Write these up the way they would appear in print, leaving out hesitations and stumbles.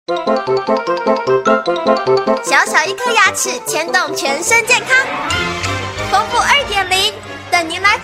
小小一颗牙齿牵动全身健康，丰富2.0等您来发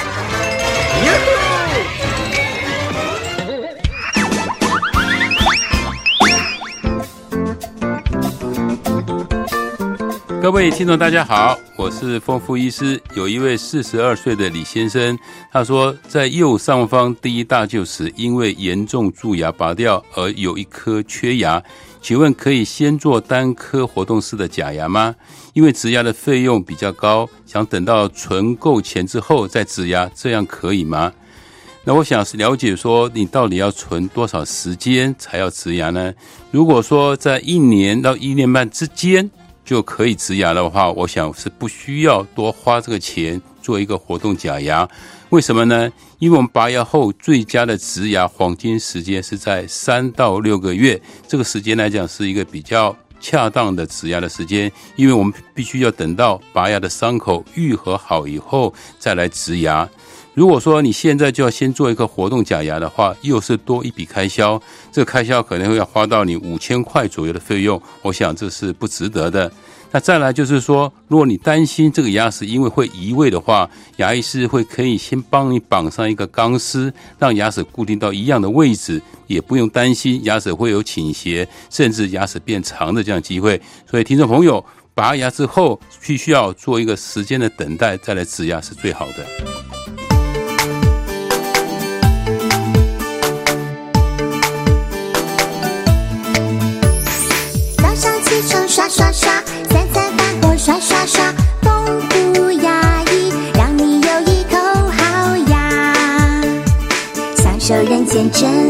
问。各位听众大家好，我是丰富医师。有一位42岁的李先生，他说在右上方第一大臼齿因为严重蛀牙拔掉而有一颗缺牙，请问可以先做单颗活动式的假牙吗？因为植牙的费用比较高，想等到存够钱之后再植牙，这样可以吗？那我想了解说你到底要存多少时间才要植牙呢？如果说在1年到1年半之间就可以植牙的话，我想是不需要多花这个钱做一个活动假牙。为什么呢？因为我们拔牙后最佳的植牙黄金时间是在3到6个月，这个时间来讲是一个比较恰当的植牙的时间，因为我们必须要等到拔牙的伤口愈合好以后再来植牙。如果说你现在就要先做一个活动假牙的话，又是多一笔开销，这个开销可能会要花到你5000块左右的费用，我想这是不值得的。那再来就是说，如果你担心这个牙齿因为会移位的话，牙医师可以先帮你绑上一个钢丝，让牙齿固定到一样的位置，也不用担心牙齿会有倾斜甚至牙齿变长的这样机会。所以听众朋友，拔牙之后必须要做一个时间的等待，再来植牙是最好的。 刷刷刷，三餐饭后刷刷刷，丰富牙医让你有一口好牙，享受人间真